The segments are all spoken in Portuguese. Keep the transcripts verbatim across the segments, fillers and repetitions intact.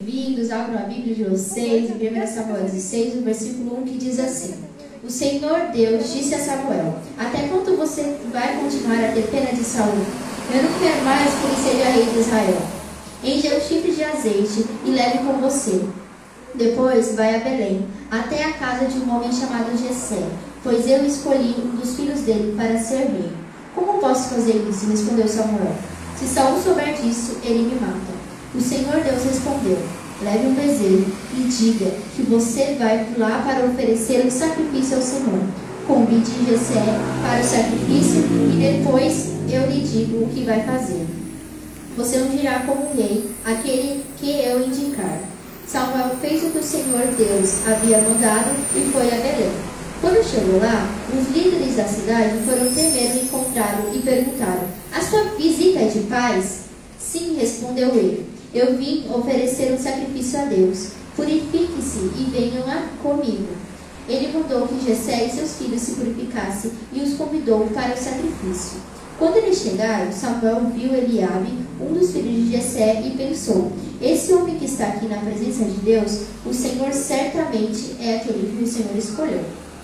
Bem-vindos, abram a Bíblia de vocês, em primeiro Samuel dezesseis, no versículo um, que diz assim: O Senhor Deus disse a Samuel: Até quando você vai continuar a ter pena de Saul? Eu não quero mais que ele seja rei de Israel. Encha o chifre de azeite e leve com você. Depois vai a Belém, até a casa de um homem chamado Jessé, pois eu escolhi um dos filhos dele para ser rei. Como posso fazer isso? Respondeu Samuel. Se Saul souber disso, ele me mata. O Senhor Deus respondeu: Leve um bezerro e diga que você vai lá para oferecer um sacrifício ao Senhor. Convide Jessé para o sacrifício e depois eu lhe digo o que vai fazer. Você ungirá como rei aquele que eu indicar. Samuel fez o que o Senhor Deus havia mandado e foi a Belém. Quando chegou lá, os líderes da cidade foram primeiro encontrá-lo e perguntaram: A sua visita é de paz? Sim, respondeu ele. Eu vim oferecer um sacrifício a Deus. Purifique-se e venham a comigo. Ele mandou que Jessé e seus filhos se purificassem e os convidou para o sacrifício. Quando eles chegaram, Samuel viu Eliabe, um dos filhos de Jessé, e pensou: Esse homem que está aqui na presença de Deus, o Senhor certamente é aquele que o Senhor escolheu.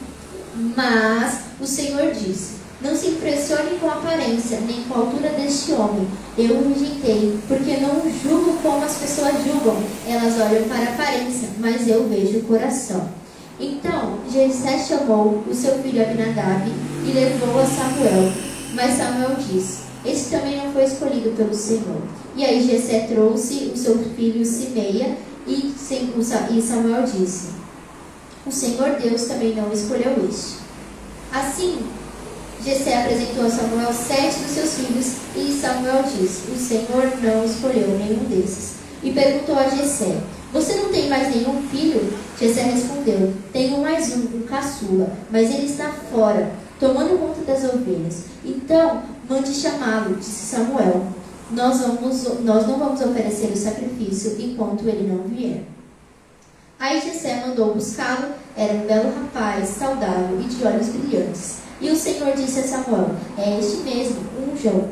Mas o Senhor disse: Não se impressione com a aparência, nem com a altura deste homem. Eu o rejeitei, porque não julgo como as pessoas julgam. Elas olham para a aparência, mas eu vejo o coração. Então Jessé chamou o seu filho Abinadab e levou a Samuel. Mas Samuel disse: Esse também não foi escolhido pelo Senhor. E aí Jessé trouxe o seu filho Simeia e Samuel disse: O Senhor Deus também não escolheu este. Assim, Jessé apresentou a Samuel sete dos seus filhos e Samuel disse: O Senhor não escolheu nenhum desses. E perguntou a Jessé: Você não tem mais nenhum filho? Jessé respondeu: Tenho mais um, um caçula, mas ele está fora, tomando conta das ovelhas. Então, mande chamá-lo, disse Samuel. Nós, vamos, nós não vamos oferecer o sacrifício enquanto ele não vier. Aí Jessé mandou buscá-lo. Era um belo rapaz, saudável e de olhos brilhantes. E o Senhor disse a Samuel: É este mesmo, unjam.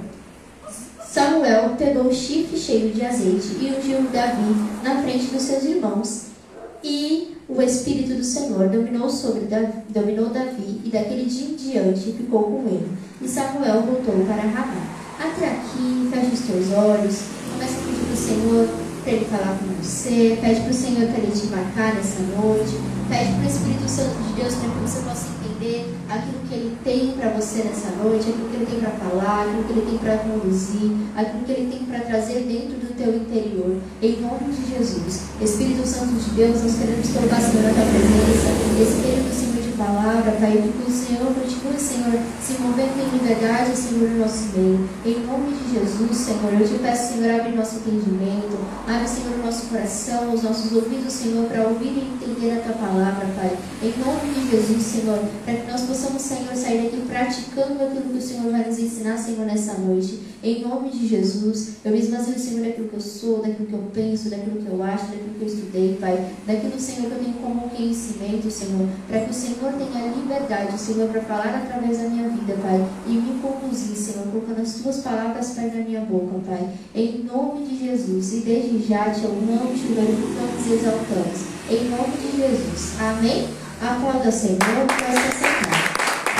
Samuel pegou o chifre cheio de azeite e ungiu Davi na frente dos seus irmãos. E o Espírito do Senhor dominou sobre Davi, dominou Davi, e daquele dia em diante ficou com ele. E Samuel voltou para Ramá. Até aqui, feche os teus olhos, começa a pedir para o Senhor para ele falar com você, pede para o Senhor para ele te marcar nessa noite, pede para o Espírito Santo de Deus para que você possa entender aquilo que ele tem para você nessa noite, aquilo que ele tem para falar, aquilo que ele tem para conduzir, aquilo que ele tem para trazer dentro do teu interior, em nome de Jesus. Espírito Santo de Deus, nós queremos colocar, Senhor, a tua presença, esse período, Senhor, de palavra, Pai, que o Senhor continue, Senhor, se movendo em liberdade, Senhor, no nosso meio, em nome de Jesus, Senhor. Eu te peço, Senhor, abre nosso entendimento, abre, Senhor, o nosso coração, os nossos ouvidos, Senhor, para ouvir e entender a tua palavra, Pai, em nome de Jesus, Senhor, para que nós possamos, Senhor, sair daqui praticando aquilo que o Senhor vai nos ensinar, Senhor, nessa noite, em nome de Jesus. Eu me esvazio, Senhor, daquilo que eu sou, daquilo que eu penso, daquilo que eu acho, daquilo que eu estudei, Pai, daquilo, Senhor, que eu tenho como conhecimento, Senhor, para que o Senhor tenha liberdade, Senhor, para falar através da minha vida, Pai, e me conduzir, Senhor, colocando as tuas palavras, Pai, na minha boca, Pai, em nome de Jesus. E desde já te amamos, te glorificamos e exaltamos, em nome de Jesus. Amém? Aplauda, Senhor, por essa semana.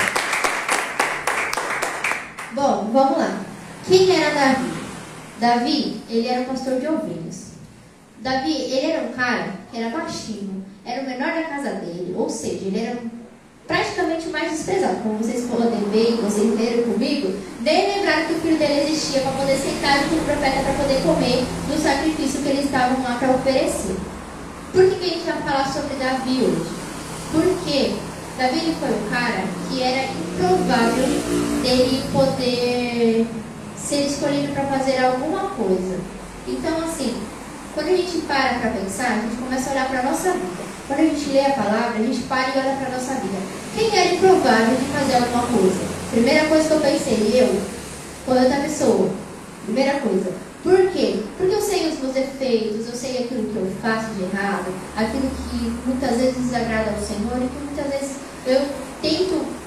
Bom, vamos lá. Quem era Davi? Davi, ele era pastor de ovelhas. Davi, ele era um cara que era baixinho, era o menor da casa dele, ou seja, ele era praticamente o mais desprezado. Como vocês podem ver, vocês leram comigo, nem lembraram que o filho dele existia para poder sentar junto com o profeta para poder comer do sacrifício que eles estavam lá para oferecer. Por que, que a gente vai falar sobre Davi hoje? Porque Davi, ele foi um cara que era improvável dele poder ser escolhido para fazer alguma coisa. Então, assim, quando a gente para para pensar, a gente começa a olhar para a nossa vida. Quando a gente lê a palavra, a gente para e olha para a nossa vida. Quem era improvável de fazer alguma coisa? Primeira coisa que eu pensei, eu, quando outra pessoa. Primeira coisa. Por quê? Porque eu sei os meus defeitos, eu sei aquilo que eu faço de errado, aquilo que muitas vezes desagrada ao Senhor e que muitas vezes eu tento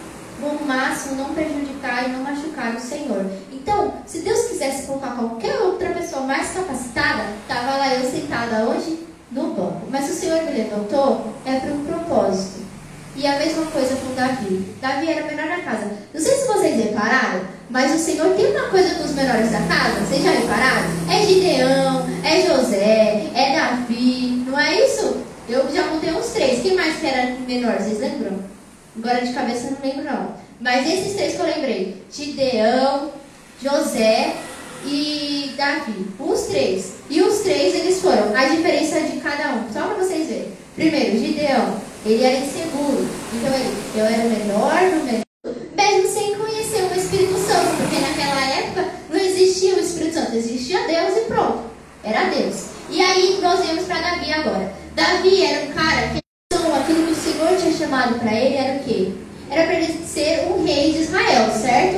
no máximo não prejudicar e não machucar o Senhor. Então, se Deus quisesse colocar qualquer outra pessoa mais capacitada, estava lá eu sentada hoje no banco. Mas o Senhor me levantou é para um propósito. E a mesma coisa com Davi. Davi era o menor da casa. Não sei se vocês repararam, mas o Senhor tem uma coisa com os menores da casa. Vocês já repararam? É Gideão, é José, é Davi. Não é isso? Eu já contei uns três. Quem mais que era menor? Vocês lembram? Agora de cabeça eu não lembro não. Mas esses três que eu lembrei. Gideão, José e Davi. Os três. E os três eles foram. A diferença de cada um. Só para vocês verem. Primeiro, Gideão. Ele era inseguro. Então ele, eu era o menor do menor, mesmo sem conhecer o Espírito Santo, porque naquela época não existia o Espírito Santo, existia Deus e pronto. Era Deus. E aí nós viemos para Davi agora. Davi era um cara que aquilo que o Senhor tinha chamado para ele era o quê? Era para ele ser um rei de Israel, certo?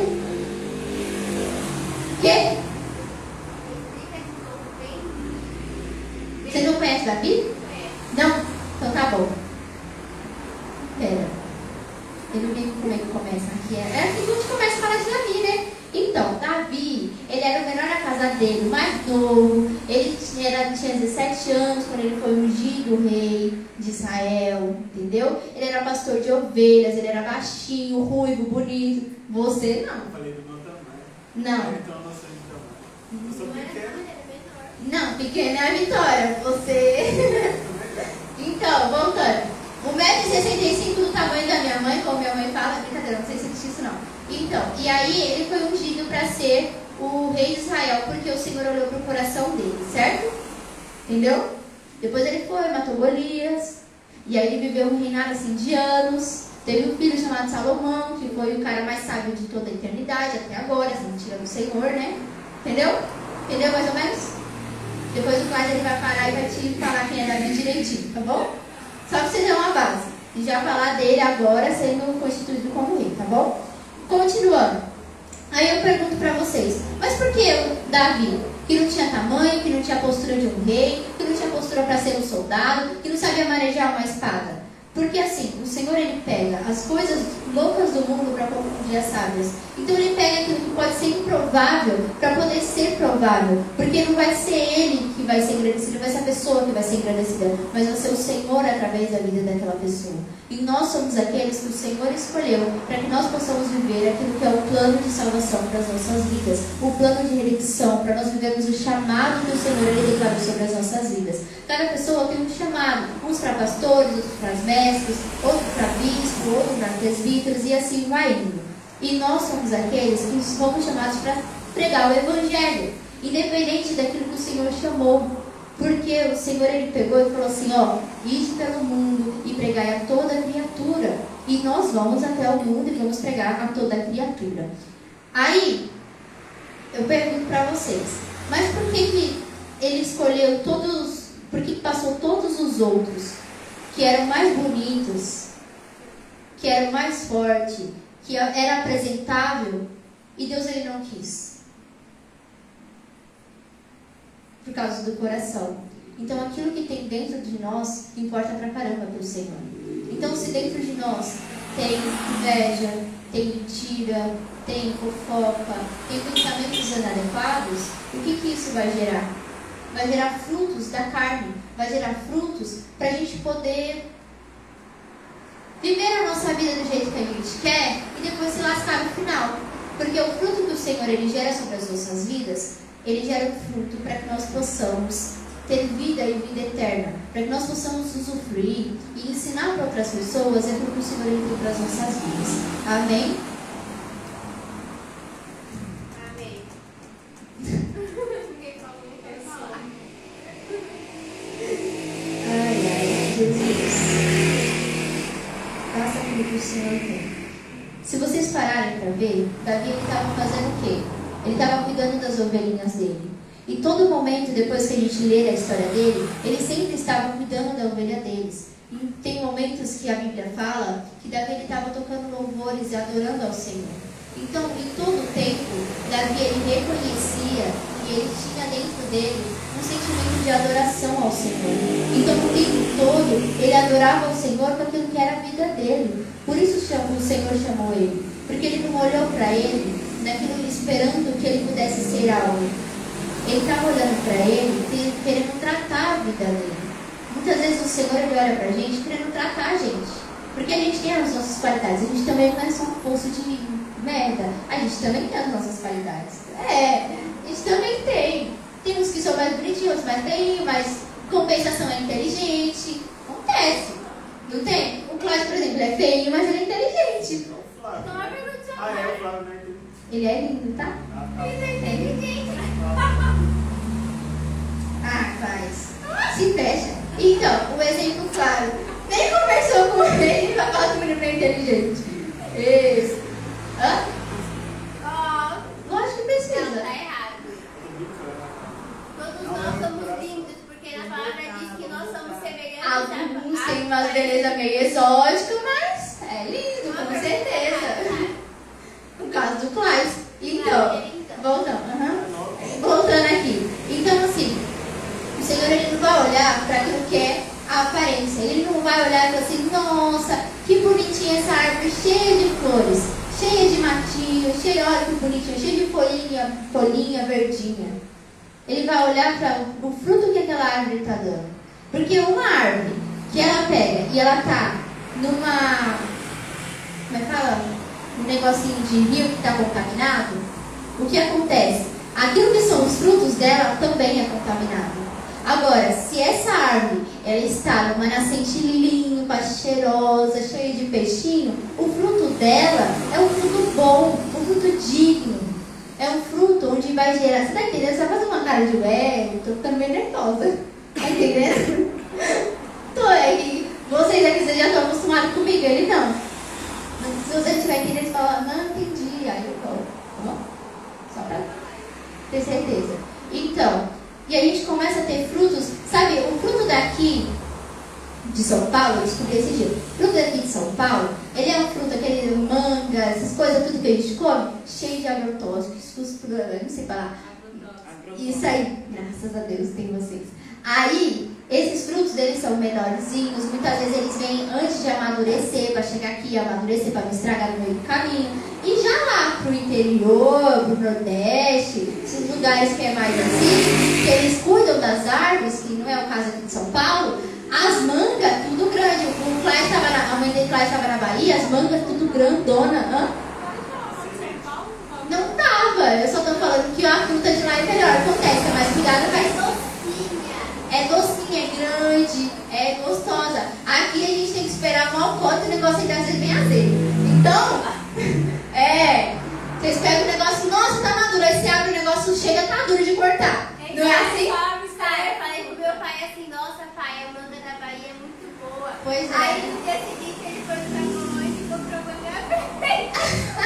O quê? Você não conhece Davi? Não? Então tá bom. Pera, eu não lembro como é que começa aqui. É aqui que a gente começa a falar de Davi, né? Então, Davi, ele era o menor da casa dele, o mais novo. Ele era, tinha dezessete anos quando ele foi ungido rei de Israel, entendeu? Ele era pastor de ovelhas, ele era baixinho, ruivo, bonito. Você não. Eu falei do meu tamanho. Não. Então eu não sou de tamanho. Eu sou pequeno. Não, pequena é a Vitória. Você... Então, voltando. um metro e sessenta e cinco do tamanho da minha mãe, como minha mãe fala, brincadeira, não sei se existe isso não. Então, e aí ele foi ungido para ser o rei de Israel, porque o Senhor olhou para o coração dele, certo? Entendeu? Depois ele foi, matou Golias, e aí ele viveu um reinado assim de anos. Teve um filho chamado Salomão, que foi o cara mais sábio de toda a eternidade, até agora, assim, tirando o Senhor, né? Entendeu? Entendeu mais ou menos? Depois o pai ele vai parar e vai te falar quem é Davi direitinho, tá bom? Só pra você ter uma base. E já falar dele agora sendo constituído como rei, tá bom? Continuando. Aí eu pergunto pra vocês, mas por que o Davi, que não tinha tamanho, que não tinha postura de um rei, que não tinha postura para ser um soldado, que não sabia manejar uma espada? Porque assim, o Senhor ele pega as coisas loucas do mundo para confundir as sábias. Então ele pega aquilo que pode ser improvável para poder ser provável. Porque não vai ser ele que vai ser engrandecido, não vai ser a pessoa que vai ser engrandecida, mas vai ser o Senhor através da vida daquela pessoa. E nós somos aqueles que o Senhor escolheu para que nós possamos viver aquilo que é o plano de salvação para as nossas vidas, o plano de redenção, para nós vivermos o chamado que o Senhor ele declarou sobre as nossas vidas. Cada pessoa tem um chamado, uns para pastores, outros para mestres, outros para bispo, outros para presbíteros, e assim vai indo. E nós somos aqueles que fomos chamados para pregar o Evangelho, independente daquilo que o Senhor chamou. Porque o Senhor ele pegou e falou assim, ó, ide pelo mundo e pregai a toda criatura. E nós vamos até o mundo e vamos pregar a toda criatura. Aí, eu pergunto para vocês, mas por que que ele escolheu todos, por que que passou todos os outros, que eram mais bonitos, que eram mais fortes, que era apresentável, e Deus ele não quis? Por causa do coração. Então aquilo que tem dentro de nós importa pra caramba pro Senhor. Então se dentro de nós tem inveja, tem mentira, tem fofoca, tem pensamentos inadequados, o que que isso vai gerar? Vai gerar frutos da carne, vai gerar frutos pra gente poder viver a nossa vida do jeito que a gente quer e depois se lascar no final. Porque o fruto que o Senhor ele gera sobre as nossas vidas, ele gera um fruto para que nós possamos ter vida e vida eterna, para que nós possamos usufruir e ensinar para outras pessoas aquilo que o Senhor ele tem para as nossas vidas. Amém? Amém. Ai, ai, Jesus. Faça aquilo que o Senhor tem. Se vocês pararem para ver, Davi estava fazendo o quê? Ele estava cuidando das ovelhinhas dele. E todo momento, depois que a gente ler a história dele, ele sempre estava cuidando da ovelha deles. E tem momentos que a Bíblia fala que Davi estava tocando louvores e adorando ao Senhor. Então, em todo o tempo, Davi ele reconhecia e ele tinha dentro dele um sentimento de adoração ao Senhor. Então, o tempo todo, ele adorava ao Senhor com aquilo que era a vida dele. Por isso o Senhor chamou ele. Porque ele não olhou para ele naquilo, esperando que ele pudesse ser algo. Ele estava olhando para ele, querendo tratar a vida dele. Muitas vezes o Senhor ele olha para a gente querendo tratar a gente. Porque a gente tem as nossas qualidades. A gente também não é só um poço de merda. A gente também tem as nossas qualidades. É, a gente também tem. Tem uns que são mais bonitinhos, outros mais feios, mas compensação é inteligente. Acontece. Não tem? O Cláudio, por exemplo, é feio, mas ele é inteligente. Então é verdade. Ah, é, o Flávio, né? Ele é lindo, tá? Ah, tá. Ele é inteligente. Ah, faz. Se fecha. Então, o exemplo claro. Nem conversou com ele pra falar que o menino é inteligente. Isso. Hã? Oh, Lógico que precisa. não, tá errado. Todos nós somos lindos, porque na palavra diz que nós somos semelhantes a Alguns a- têm uma beleza meio exótica, mas é lindo, com certeza. No caso do Clive. Então, voltando. aham. Voltando aqui. Então, assim, o Senhor ele não vai olhar para aquilo que é a aparência. Ele não vai olhar e falar assim, nossa, que bonitinha essa árvore cheia de flores, cheia de matinho, cheia, olha que bonitinha, cheia de folhinha, folhinha verdinha. Ele vai olhar para o fruto que aquela árvore está dando. Porque uma árvore que ela pega e ela tá numa, como é que fala? Um negocinho de rio que está contaminado, o que acontece? Aquilo que são os frutos dela também é contaminado. Agora, se essa árvore ela está numa nascente limpa, cheirosa, cheia de peixinho, o fruto dela é um fruto bom, um fruto digno. É um fruto onde vai gerar... Você está entendendo? Você vai fazer uma cara de ué, eu estou ficando meio nervosa. Está entendendo? Tô aí. Vocês aqui vocês já estão acostumados comigo, ele não. Mas se você estiver entendendo, você fala, não entendi. Aí eu falo, tá bom? Só para ter certeza. Então, e a gente começa a ter frutos, sabe, o fruto daqui de São Paulo, eu descobri esse dia, o fruto daqui de São Paulo, ele é um fruto, aquele manga, essas coisas, tudo que a gente come, cheio de agrotóxicos, não sei falar. Isso aí, graças a Deus tem vocês. Aí, esses frutos deles são menorzinhos, muitas vezes eles vêm antes de amadurecer, para chegar aqui, amadurecer, para não estragar no meio do caminho. E já lá pro interior, pro Nordeste, esses lugares que é mais assim, que eles cuidam das árvores, que não é o caso aqui de São Paulo, as mangas, tudo grande. O Cláudio estava na, a mãe dele Cláudio estava na Bahia, as mangas tudo grandona. Hã? Não tava, eu só estou falando que a fruta de lá é melhor. Acontece, é mais cuidado, mas é docinha, é grande, é gostosa. Aqui a gente tem que esperar mal cota e o negócio ainda às vezes bem azedo. Então, é, vocês pegam o negócio, nossa, tá maduro. Aí você abre o negócio, chega, tá duro de cortar. Não é assim? Eu falei pro meu pai assim, nossa pai, a manga da Bahia é muito boa. Pois é. Aí no dia seguinte ele foi pra mamãe e comprou manga perfeita.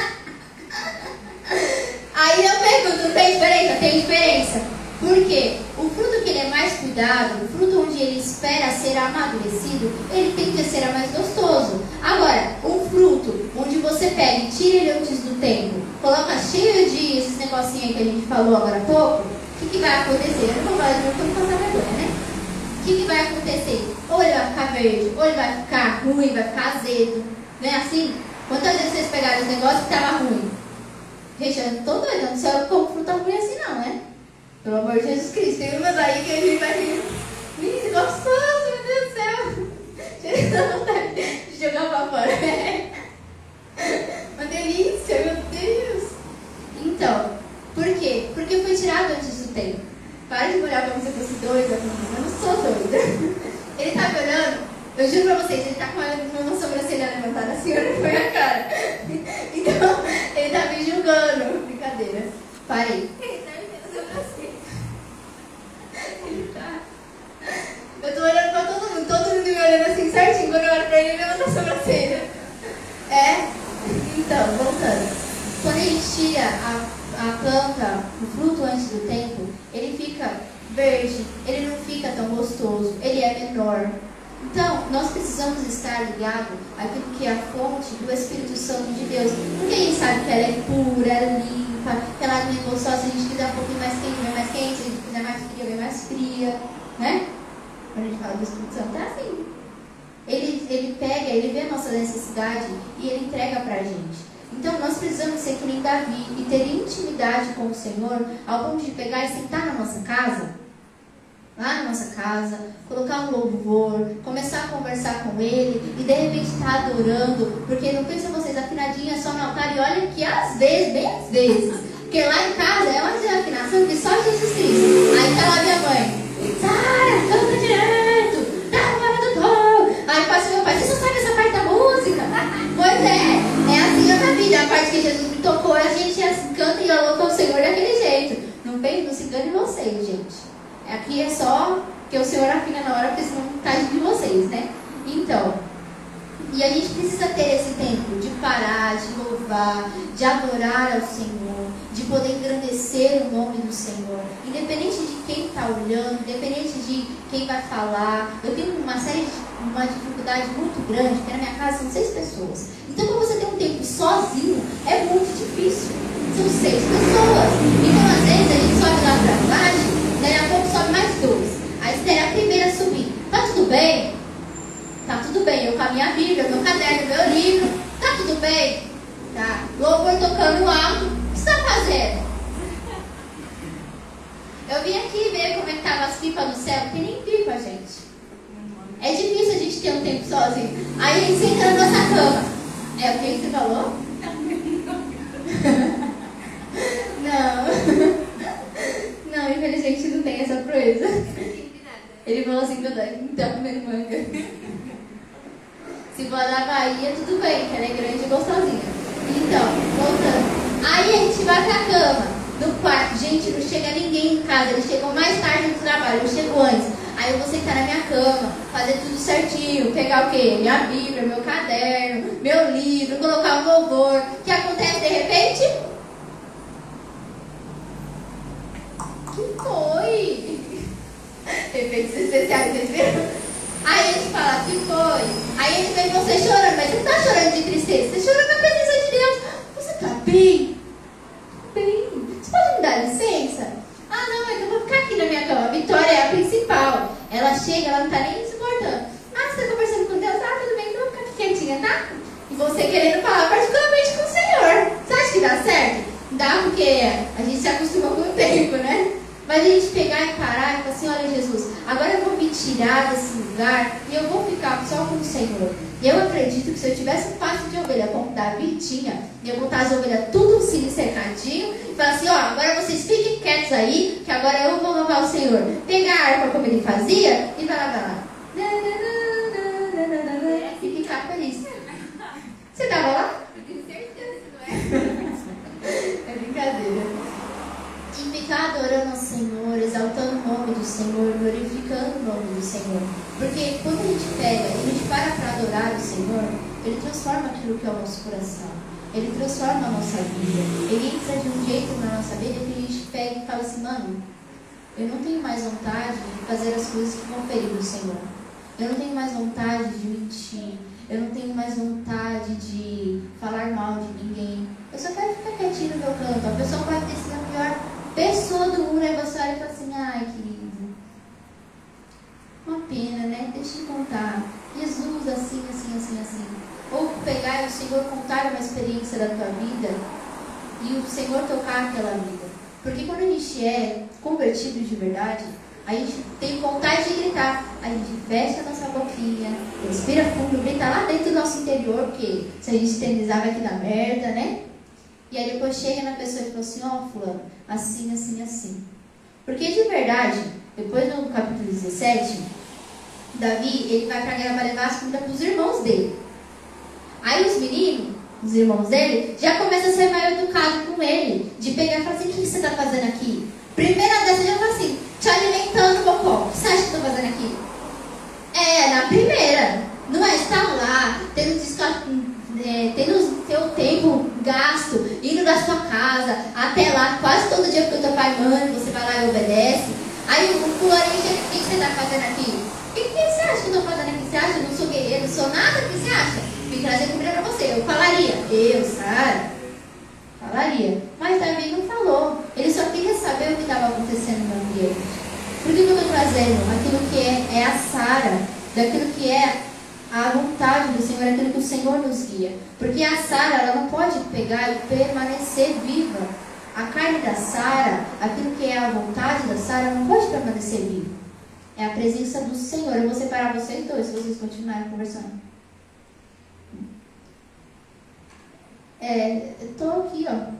Aí eu pergunto, tem diferença? Tem diferença. Por quê? O fruto que ele é mais cuidado, o fruto onde ele espera ser amadurecido, ele tende a ser mais gostoso. Agora, um fruto onde você pega e tira ele antes do tempo, coloca cheio de esses negocinhos aí que a gente falou agora há pouco, o que, que vai acontecer? Eu não vou falar de novo para não passar vergonha, né? O que, que vai acontecer? Ou ele vai ficar verde, ou ele vai ficar ruim, vai ficar azedo. Não é assim? Quantas vezes vocês pegaram os negócios que estavam ruins? Gente, eu não tô doida, não sei eu como fruta ruim assim não, né? Pelo amor de Jesus Cristo, tem umas aí que a gente vai rir. Lindo, gostoso, meu Deus do céu. Chega da vontade de jogar pra fora. Uma delícia, meu Deus. Então, por quê? Porque foi tirado antes do tempo. Para de me olhar como se eu fosse doida. Eu não sou doida. Ele tá me olhando, eu juro pra vocês, ele tá com uma sobrancelha levantada assim, olha pra minha cara. Então, ele tá me julgando. Brincadeira. Parei. Eu tô olhando pra todo mundo, todo mundo me olhando assim certinho. Quando eu olho pra ele, ele levanta a sobrancelha. É? Então, voltando. Quando a gente tira a, a planta, o fruto antes do tempo, ele fica verde, ele não fica tão gostoso, ele é menor. Então, nós precisamos estar ligados àquilo que é a fonte do Espírito Santo de Deus. Porque a gente sabe que ela é pura, ela é limpa, que ela não é gostosa. Se a gente quiser um pouquinho mais quente, vem mais quente. Se a gente quiser mais fria, vem mais fria. Né? Quando a gente fala do Espírito Santo, é assim. Ele, ele pega, ele vê a nossa necessidade e ele entrega pra gente. Então nós precisamos ser que nem Davi e ter intimidade com o Senhor ao ponto de pegar e sentar na nossa casa, lá na nossa casa, colocar um louvor, começar a conversar com Ele e de repente estar adorando, porque não pensa vocês afinadinha só no altar e olha que às vezes, bem às vezes, porque lá em casa é uma desafinação que só Jesus Cristo. Aí tá lá minha mãe, Sara, canta direto, dá uma hora do tom. Aí passa meu pai, você só sabe essa parte da música? Pois é, é assim a minha vida, a parte que Jesus me tocou, a gente assim, canta e louva o Senhor daquele jeito. Não vem, não se engane vocês, gente. Aqui é só que o Senhor afina na hora, porque senão tá de vocês, né? Então, e a gente precisa ter esse tempo de parar, de louvar, de adorar ao Senhor, de poder engrandecer o nome do Senhor, independente de quem está olhando, independente de quem vai falar. Eu tenho uma série de, uma dificuldade muito grande, porque na minha casa são seis pessoas. Então, quando você tem um tempo sozinho, é muito difícil. São seis pessoas. Então, às vezes, a gente sobe lá para baixo. Daí a pouco sobe mais dois. Aí espera a primeira subir. Tá tudo bem? Tá tudo bem. Eu com a minha Bíblia, meu caderno, meu livro. Tá tudo bem? Tá. Louvor tocando alto. O que você tá fazendo? Eu vim aqui ver como é que tava as pipas no céu. Não tem nem pipa, gente. É difícil a gente ter um tempo sozinho. Aí a gente senta na nossa cama. É o que você falou? Não. Não, infelizmente não tem essa proeza. Ele falou assim, meu Deus, não tá comendo manga. Se for da Bahia, tudo bem, que ela é grande e gostosinha. Então, voltando. Aí a gente vai pra cama, no quarto. Gente, não chega ninguém em casa, eles chegam mais tarde no trabalho, eu chego antes. Aí eu vou sentar na minha cama, fazer tudo certinho, pegar o quê? Minha Bíblia, meu caderno, meu livro, colocar um louvor. O que acontece de repente? Que foi? Efeitos especiais, vocês viram? Aí a gente fala, que foi? Aí a gente vê você chorando, mas você não tá chorando de tristeza, você chora na presença de Deus. Você tá bem? Bem. Você pode me dar licença? Ah, não, é que eu vou ficar aqui na minha cama. A Vitória é a principal. Ela chega, ela não tá nem se importando. Ah, você tá conversando com Deus? Ah, tudo bem, então eu vou ficar aqui quietinha, tá? E você querendo falar particularmente com o Senhor. Você acha que dá certo? Dá, porque a gente se acostuma com o tempo, né? Mas a gente pegar e parar e falar assim, olha Jesus, agora eu vou me tirar desse lugar e eu vou ficar só com o Senhor. E eu acredito que se eu tivesse um pasto de ovelha como Davi tinha, eu botar as ovelhas tudo assim cercadinho e falar assim, ó, agora vocês fiquem quietos aí, que agora eu vou louvar o Senhor. Pegar a harpa como ele fazia e vai lá, vai lá. E ficar feliz. Você tava lá? Eu tenho certeza que não é. É brincadeira. E ficar adorando ao Senhor, exaltando o nome do Senhor, glorificando o nome do Senhor. Porque quando a gente pega e a gente para para adorar o Senhor, Ele transforma aquilo que é o nosso coração. Ele transforma a nossa vida. Ele entra de um jeito na nossa vida que a gente pega e fala assim, mano, eu não tenho mais vontade de fazer as coisas que vão ferir o Senhor. Eu não tenho mais vontade de mentir. Eu não tenho mais vontade de falar mal de ninguém. Eu só quero ficar quietinho no meu canto. A pessoa pode ter sido a pior pessoa do mundo, aí você olha e fala assim, ai querido, uma pena, né? Deixa eu contar. Jesus assim, assim, assim, assim. Ou pegar e o Senhor contar uma experiência da tua vida e o Senhor tocar aquela vida. Porque quando a gente é convertido de verdade, a gente tem vontade de gritar. A gente fecha a nossa boquinha, respira fundo, grita lá dentro do nosso interior, porque se a gente eternizar vai que dá merda, né? E aí depois chega na pessoa e fala assim, ó, oh, fulano, assim, assim, assim. Porque de verdade, depois no capítulo dezessete, Davi, ele vai pra guerra para levar as comidas pros irmãos dele. Aí os meninos, os irmãos dele, já começam a ser mais educados com ele. De pegar e falar assim, o que você tá fazendo aqui? Primeira dessa já fala assim, te alimentando, Bocó. O que você acha que eu tô fazendo aqui? É, na primeira. Não é estar lá, tendo descanso. É, tendo seu tempo gasto, indo da sua casa até lá, quase todo dia que o teu pai manda, você vai lá e obedece. Aí o fularinho chega, o que você está fazendo aqui? O que, que você acha que eu estou fazendo aqui? Você acha que eu não sou guerreiro, não sou nada? O que você acha? Vim trazer comida para você. Eu falaria, eu, Sara, falaria. Mas Davi não falou. Ele só queria saber o que estava acontecendo no ambiente. Por que eu estou trazendo aquilo que é, é a Sara, daquilo que é A vontade do Senhor é aquilo que o Senhor nos guia. Porque a Sara, ela não pode pegar e permanecer viva. A carne da Sara, aquilo que é a vontade da Sara, não pode permanecer vivo. É a presença do Senhor. Eu vou separar vocês dois, se vocês continuarem conversando. É, eu tô aqui, ó.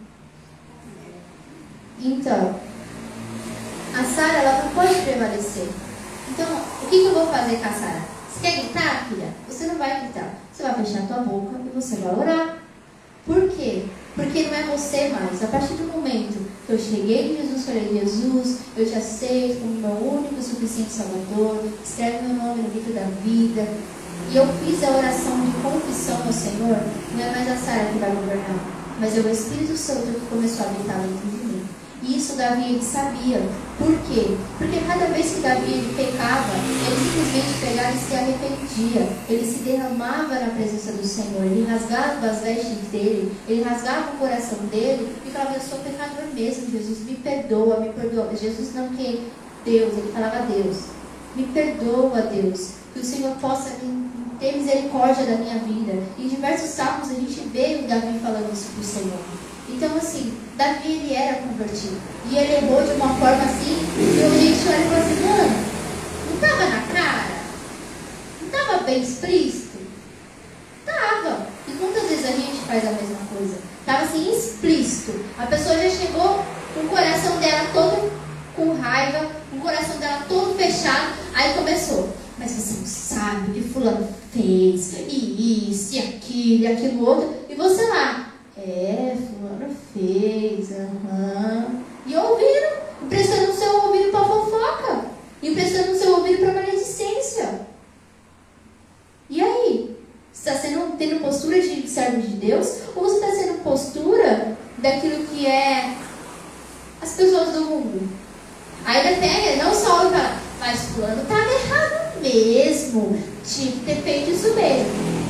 Então, a Sara, ela não pode prevalecer. Então, o que, que eu vou fazer com a Sara? Você quer gritar, filha? Você não vai gritar. Você vai fechar a tua boca e você vai orar. Por quê? Porque não é você mais. A partir do momento que eu cheguei em Jesus, falei, Jesus, eu te aceito como meu único e suficiente Salvador, escreve meu nome no livro da vida, e eu fiz a oração de confissão ao Senhor, não é mais a Sara que vai governar, mas é o Espírito Santo que começou a habitar dentro de mim. E isso Davi, ele sabia. Por quê? Porque cada vez que Davi ele pecava, ele simplesmente pegava e se arrependia. Ele se derramava na presença do Senhor. Ele rasgava as vestes dele. Ele rasgava o coração dele e falava, eu sou pecador mesmo, Jesus, me perdoa, me perdoa. Jesus não que Deus, ele falava a Deus. Me perdoa, Deus. Que o Senhor possa ter misericórdia da minha vida. Em diversos salmos a gente vê o Davi falando isso para o Senhor. Então, assim, Davi, ele era convertido. E ele errou de uma forma assim, que a gente olha e fala assim, mano, não estava na cara? Não estava bem explícito? Estava. E muitas vezes a gente faz a mesma coisa. Estava assim, explícito. A pessoa já chegou com o coração dela todo com raiva, com o coração dela todo fechado. Aí começou. Mas você não sabe o que fulano fez, e isso, e aquilo, e aquilo outro. E você lá. É, fulano fez, aham. Uhum. E ouviram, emprestando o seu ouvido para fofoca, emprestando o seu ouvido para maledicência. E aí? Você está sendo, tendo postura de servo de Deus? Ou você está sendo postura daquilo que é as pessoas do mundo? Aí pega, não só olha, mas fulano estava errado mesmo, tinha que ter feito isso mesmo.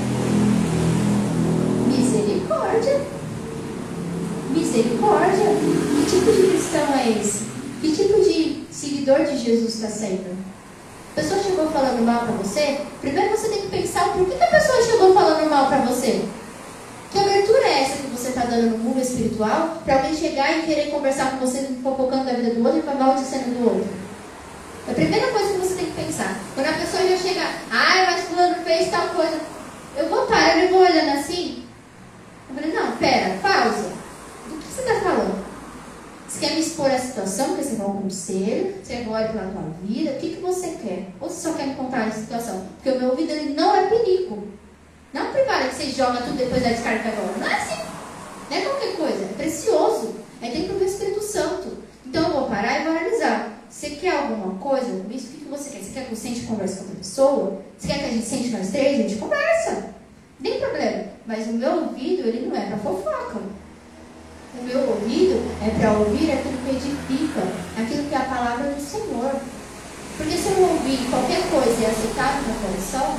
Misericórdia. Misericórdia. Que tipo de cristão é esse? Que tipo de seguidor de Jesus está sendo? A pessoa chegou falando mal para você? Primeiro você tem que pensar por que, que a pessoa chegou falando mal para você. Que abertura é essa que você está dando no mundo espiritual para alguém chegar e querer conversar com você, fofocando da vida do outro e maldicendo do outro? A primeira coisa que você tem que pensar. Quando a pessoa já chega, ai, mas fulano fez tal coisa. Eu vou parar, eu vou olhando assim. Eu falei, não, pera, pausa. Do que você está falando? Você quer me expor a situação, porque você quer um conselho, você quer olhar pela tua vida, o que, que você quer? Ou você só quer me contar a situação? Porque o meu ouvido ele não é perigo. Não é um privado que você joga tudo depois da descarga agora. Não é assim. Não é qualquer coisa. É precioso. É dentro do Espírito Santo. Então eu vou parar e vou analisar. Você quer alguma coisa com isso? O que, que você quer? Você quer que eu sente e converse com outra pessoa? Você quer que a gente sente nós três? A gente conversa. Não tem problema. Mas o meu ouvido, ele não é para fofoca. O meu ouvido é para ouvir aquilo que edifica, aquilo que é a palavra do Senhor. Porque se eu ouvir qualquer coisa e aceitar no meu coração,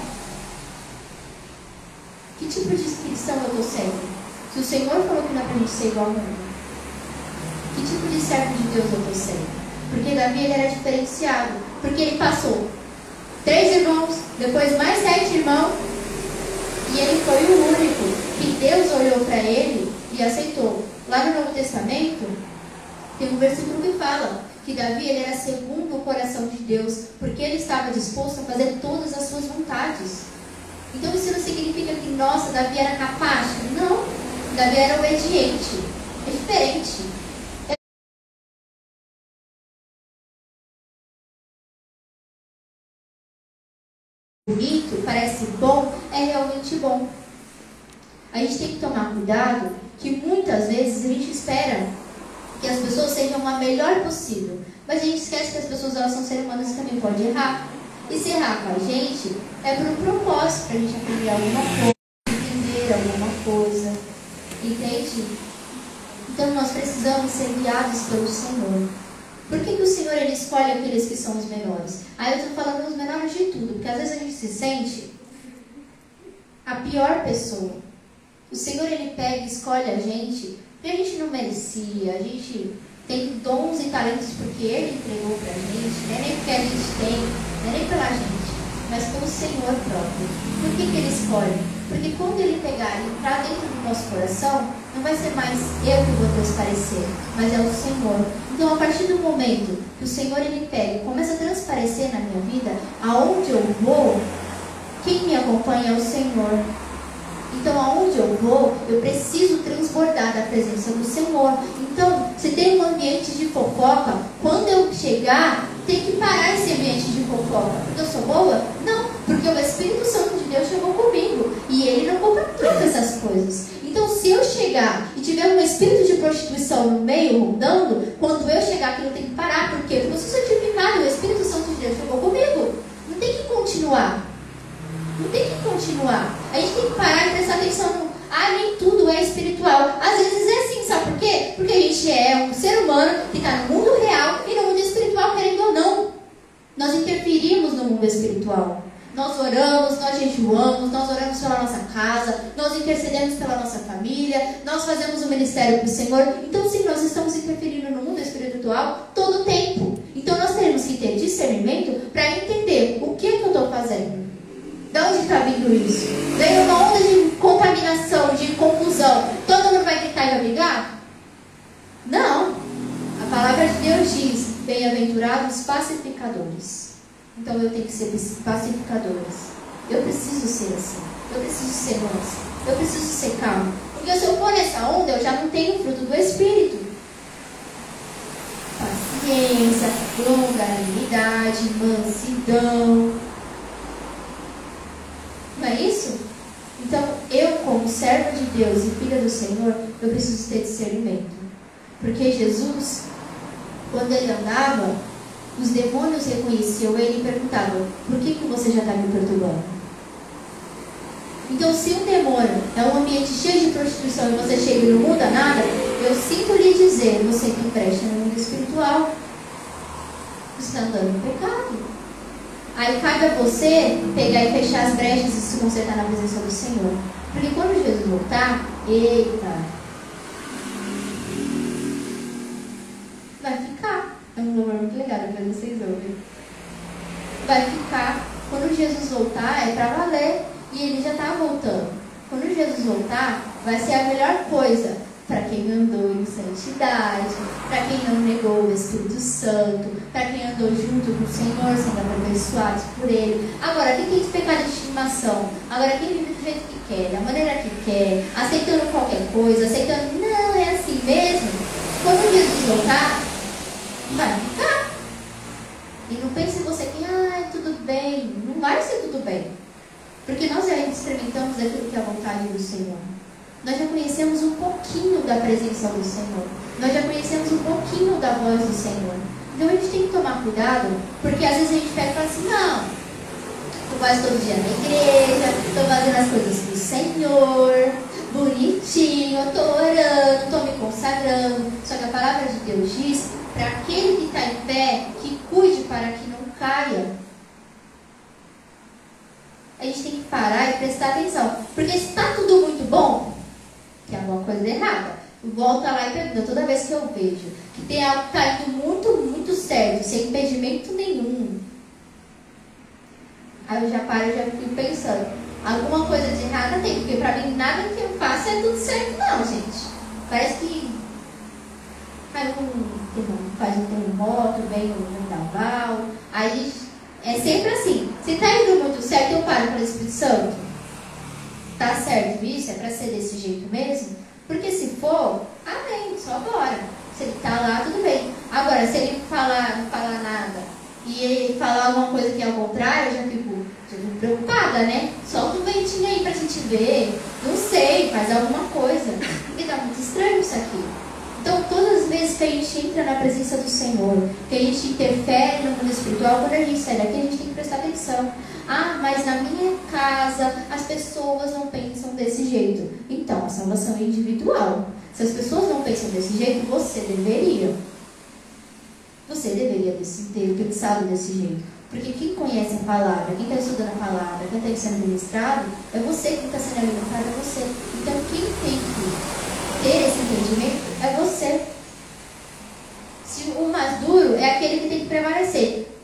que tipo de inscrição eu estou sendo? Se o Senhor falou que não é para a gente ser igual ao mundo, que tipo de servo de Deus eu estou sendo? Porque Davi ele era diferenciado. Porque ele passou três irmãos, depois mais sete irmãos, e ele foi o único que Deus olhou para ele e aceitou. Lá no Novo Testamento, tem um versículo que fala que Davi ele era segundo o coração de Deus, porque ele estava disposto a fazer todas as suas vontades. Então isso não significa que, nossa, Davi era capaz. Não, Davi era obediente. É diferente. Bonito, parece bom, é realmente bom. A gente tem que tomar cuidado que muitas vezes a gente espera que as pessoas sejam a melhor possível, mas a gente esquece que as pessoas elas são seres humanos e também podem errar. E se errar com a gente é por um propósito, para a gente aprender alguma coisa, entender alguma coisa, entende? Então nós precisamos ser guiados pelo Senhor. Por que, que o Senhor ele escolhe aqueles que são os menores? Aí eu estou falando os menores de tudo, porque às vezes a gente se sente a pior pessoa. O Senhor ele pega e escolhe a gente, porque a gente não merecia, a gente tem dons e talentos porque Ele entregou para a gente, não é nem porque a gente tem, não é nem pela gente, mas pelo Senhor próprio. Por que que Ele escolhe? Porque quando Ele pegar e entrar dentro do nosso coração, não vai ser mais eu que vou transparecer, mas é o Senhor. Então, a partir do momento que o Senhor Ele pega e começa a transparecer na minha vida, aonde eu vou, quem me acompanha é o Senhor. Então, aonde eu vou, eu preciso transbordar da presença do Senhor. Então, se tem um ambiente de fofoca, quando eu chegar, tem que parar esse ambiente de fofoca. Porque eu sou boa? Não, porque o Espírito Santo de Deus chegou comigo e Ele não compra essas coisas. Então, se eu chegar e tiver um espírito de prostituição no meio, rondando, quando eu chegar aqui, eu tenho que parar. Por quê? Porque eu sou certificado, o Espírito Santo de Deus chegou comigo. Não tem que continuar. Não tem que continuar. A gente tem que parar e prestar atenção no... Ah, nem tudo é espiritual. Às vezes é assim, sabe por quê? Porque a gente é um ser humano que está no mundo real e no mundo espiritual, querendo ou não. Nós interferimos no mundo espiritual. Nós oramos, nós jejuamos, nós oramos pela nossa casa, nós intercedemos pela nossa família, nós fazemos o ministério para o Senhor. Então, sim, nós estamos interferindo no mundo espiritual todo o tempo. Então, nós temos que ter discernimento para entender o que, que eu estou fazendo. De onde está vindo isso? Veio uma onda de contaminação, de confusão. Todo mundo vai gritar e vai brigar? Não. A palavra de Deus diz: bem-aventurados pacificadores. Então eu tenho que ser pacificadores. Eu preciso ser assim. Eu preciso ser mansa. Eu preciso ser calma. Porque se eu for nessa onda, eu já não tenho o fruto do Espírito. Paciência, longanimidade, mansidão. Não é isso? Então, eu como serva de Deus e filha do Senhor, eu preciso ter discernimento. Porque Jesus, quando Ele andava, os demônios reconheciam Ele e perguntavam: por que, que você já está me perturbando? Então, se um demônio é um ambiente cheio de prostituição e você chega e não muda nada, eu sinto lhe dizer, você que presta no mundo espiritual, você está andando em pecado. Aí cabe a você pegar e fechar as brechas e se consertar na presença do Senhor. Porque quando Jesus voltar, eita, vai ficar. É um louvor muito legal, depois vocês ouvem. Vai ficar. Quando Jesus voltar, é pra valer. E Ele já está voltando. Quando Jesus voltar, vai ser a melhor coisa para quem andou em santidade, para quem não negou o Espírito Santo, para quem andou junto com o Senhor, sendo aperfeiçoados por Ele. Agora, quem tem esse pecado de estimação? Agora, quem vive do jeito que quer, da maneira que quer, aceitando qualquer coisa, aceitando, não, é assim mesmo. Quando Jesus voltar, vai ficar. E não pense em você que, ah, tudo bem. Não vai ser tudo bem. Porque nós já experimentamos aquilo que é a vontade do Senhor. Nós já conhecemos um pouquinho da presença do Senhor. Nós já conhecemos um pouquinho da voz do Senhor. Então a gente tem que tomar cuidado, porque às vezes a gente pega e fala assim: não, estou quase todo dia na igreja, estou fazendo as coisas do Senhor, bonitinho, estou orando, estou me consagrando. Só que a palavra de Deus diz para aquele que está em pé, que cuide para que não caia. A gente tem que parar e prestar atenção. Porque se está tudo muito bom, tem alguma coisa errada. Volta lá e pergunta. Toda vez que eu vejo que tem algo que está indo muito, muito certo, sem impedimento nenhum, aí eu já paro e já fico pensando: alguma coisa de errada tem. Porque para mim nada que eu faço é tudo certo não, gente. Parece que faz um, faz um terremoto, vem um vendaval. Aí é sempre assim. Se está indo muito certo, eu paro para o Espírito Santo. Tá certo isso? É para ser desse jeito mesmo? Porque se for, amém, só bora. Se ele tá lá, tudo bem. Agora, se ele falar, não falar nada e ele falar alguma coisa que é ao contrário, eu já fico, já fico preocupada, né? Solta um ventinho aí pra gente ver. Não sei, faz alguma coisa. Porque tá muito estranho isso aqui. Então, todas as vezes que a gente entra na presença do Senhor, que a gente interfere no mundo espiritual, quando a gente sai daqui, a gente tem que prestar atenção. Ah, mas na minha casa as pessoas não pensam desse jeito. Então, a salvação é individual. Se as pessoas não pensam desse jeito, você deveria. Você deveria ter pensado desse jeito. Porque quem conhece a palavra, quem está estudando a palavra, quem está sendo ministrado, é você. Quem está sendo alimentado é você. Então, quem tem que ter esse entendimento é você. Se o mais duro é aquele que tem que prevalecer.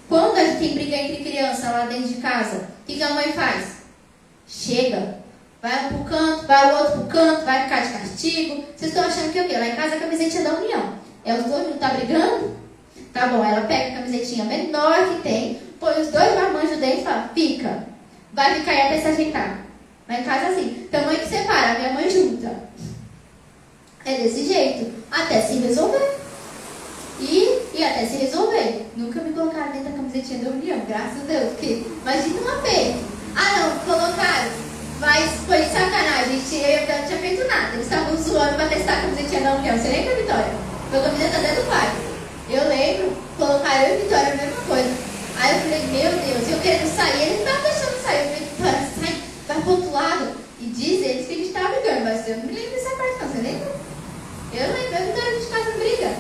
Quando a gente tem briga entre crianças lá dentro de casa, o que, que a mãe faz? Chega. Vai um pro canto, vai o outro pro canto, vai ficar de castigo. Vocês estão achando que o quê? Lá em casa a camisetinha da união. É os dois, não tá brigando? Tá bom, ela pega a camisetinha menor que tem, põe os dois marmanjos dentro e fala, fica. Vai ficar aí até se ajeitar. Lá em casa é assim, tamanho que separa, a minha mãe junta. É desse jeito, até se resolver. E, e até se resolver. Nunca me colocaram dentro da camisetinha da união, graças a Deus. Porque imagina um aperto. Ah não, colocaram. Mas foi de sacanagem, gente. Eu não tinha feito nada. Eles estavam zoando pra testar a camisetinha da união. Você lembra, Vitória? Meu camiseta até do pai. Eu lembro, colocaram eu e Vitória a mesma coisa. Aí eu falei, meu Deus, eu querendo sair, eles não estavam deixando sair. Eu falei, Vitória, sai, vai pro outro lado. E diz eles que a gente tava brigando, mas eu não me lembro dessa parte não, você lembra? Eu lembro, eu e Vitória, a gente quase não briga.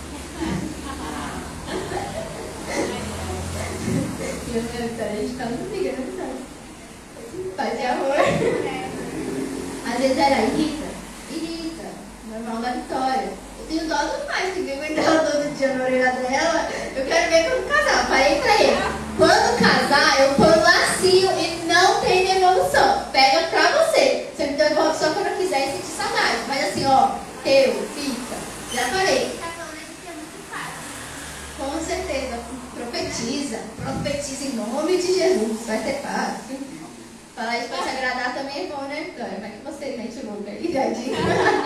Eu e a Vitória, a gente quase não briga, né, Vitória? Paz e amor. Às vezes era irrita, irrita, normal da Vitória. Eu tenho dó do pai, que vive aguentando todo dia na orelha dela. Eu quero ver quando casar. Falei pra ele, quando casar, eu ponho um lacinho e não tem devolução. Pega pra você. Você me devolve só quando eu quiser e sentir saudade. Mas assim, ó, teu, fica. Já falei. Com certeza, profetiza. Profetiza em nome de Jesus. Vai ser fácil. Falar isso pra te agradar também é bom, né, Vitória? Mas que você mente louca aí, tadinho.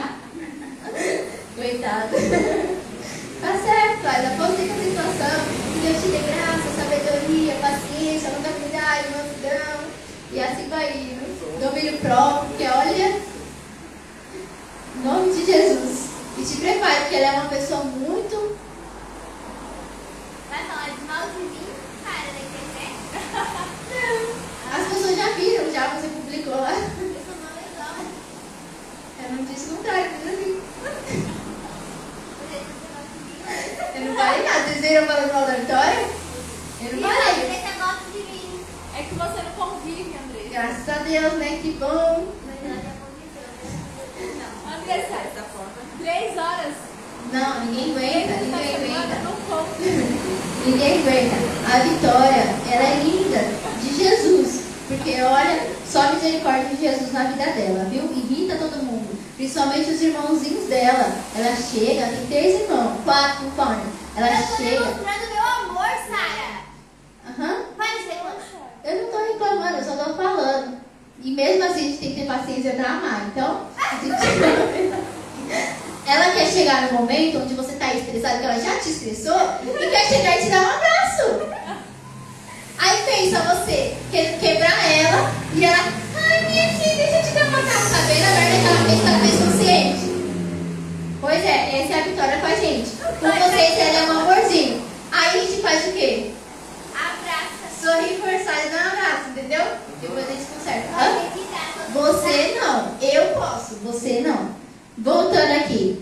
Coitado. Tá certo, pai. Aproveita a situação. Que Deus te dê graça, sabedoria, paciência, longanimidade, mansidão. E assim vai indo. Domínio próprio, porque olha, em nome de Jesus. E te prepare, porque ela é uma pessoa muito. Vai falar de mal de mim, cara, da internet? Não. As pessoas já viram, já você publicou lá. Eu sou mal legal. Eu não disse o contrário, mas assim. Por isso você gosta de mim. Eu não falei nada. Vocês viram falando mal da Vitória? Eu não falei. Você gosta de mim. É que você não convive, André. Graças a Deus, né? Que bom. Mas ela já conviveu. Não, André, sai dessa forma. Três horas. Não, ninguém aguenta, ninguém aguenta. Não conta. Ninguém aguenta. A Vitória, ela é linda de Jesus. Porque olha, só a misericórdia de Jesus na vida dela, viu? Irrita todo mundo. Principalmente os irmãozinhos dela. Ela chega, tem três irmãos, quatro no pão. Ela Eu tô chega. demonstrando meu amor, Sara. Aham. Vai me reclamar. Eu não tô reclamando, eu só tô falando. E mesmo assim a gente tem que ter paciência pra amar. Então, a gente... ela quer chegar no momento onde você tá estressado, que ela já te estressou, e quer chegar e te dar um abraço. Aí pensa você, quer quebrar ela, e ela, ai minha filha, deixa eu te dar uma abraço. Tá vendo a merda que ela fez que ela fez consciente? Pois é, essa é a Vitória com a gente. Com vocês ela é um amorzinho. Aí a gente faz o quê? Abraça. Sorrir forçado e dar um abraço, entendeu? Depois a gente conserta. Hã? Pode evitar. Você não, eu posso, você não. Voltando aqui.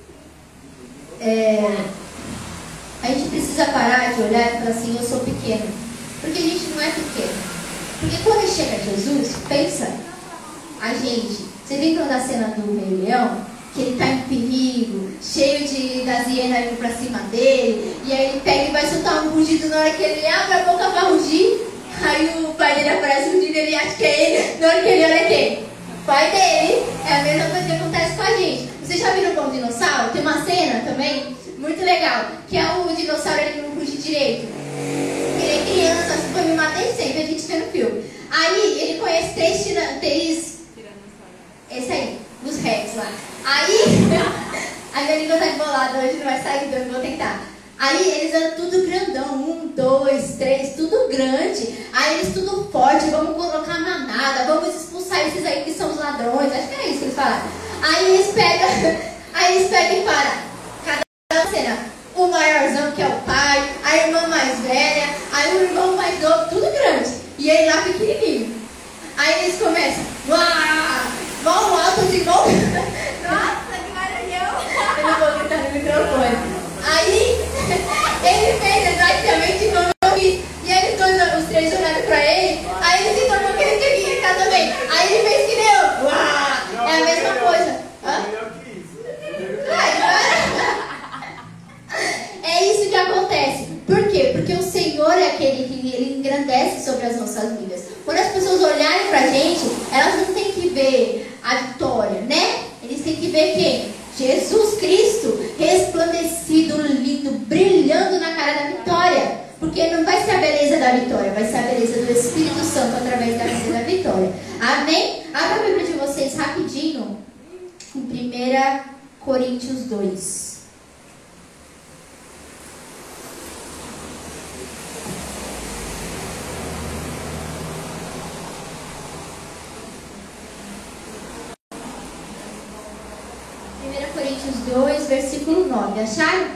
É, a gente precisa parar de olhar e falar assim, eu sou pequeno. Porque a gente não é pequeno. Porque quando chega Jesus, pensa, a gente, você lembra da cena do Rei Leão? Que ele tá em perigo, cheio de das hienas indo pra cima dele, e aí ele pega e vai soltar um rugido na hora que ele abre a boca pra rugir. Aí o pai dele aparece rugindo e ele acha que é ele, na hora que ele olha é quem? O pai dele. É a mesma coisa que acontece com a gente. Vocês já viram o Bom Dinossauro? Tem uma cena também muito legal, que é o dinossauro, ele não ruge direito. Ele é criança, assim, foi mimado desde sempre, a gente vê no filme. Aí ele conhece três tiranos, três... Esse aí, os Rex lá. Aí, a minha língua tá embolada, hoje não vai sair, então eu vou tentar. Aí eles andam tudo grandão, um, dois, três, tudo grande. Aí eles tudo forte, vamos colocar manada, vamos expulsar esses aí que são os ladrões. Acho que era isso que eles falaram. Aí eles pegam, aí eles pegam e param. Cada cena, o maiorzão que é o pai, a irmã mais velha, aí o irmão mais novo, tudo grande. E ele lá pequenininho. Aí eles começam, uau, vão alto de novo. Nossa, que barulhão. Eu não vou gritar no microfone. Aí, ele fez exatamente como eu fiz. E aí eles dois, os três olharam pra ele. Aí ele se tornou que ele queria gritar também. Aí ele fez que nem eu. Uau! É a mesma coisa. Hã? Ai, para. É isso que acontece. Por quê? Porque o Senhor é aquele pessoas olharem pra gente, elas não têm que ver a vitória, né? Eles têm que ver quem? Jesus Cristo, resplandecido, lindo, brilhando na cara da vitória. Porque não vai ser a beleza da vitória, vai ser a beleza do Espírito Santo através da vida da vitória. Amém? Abra a Bíblia de vocês rapidinho em primeira Coríntios dois. primeira Coríntios dois, versículo nove. Acharam?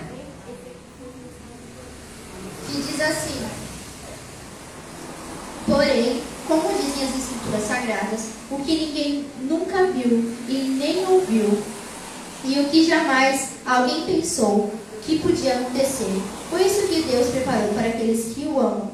Que diz assim: porém, como dizem as Escrituras Sagradas, o que ninguém nunca viu e nem ouviu, e o que jamais alguém pensou que podia acontecer, foi isso que Deus preparou para aqueles que o amam.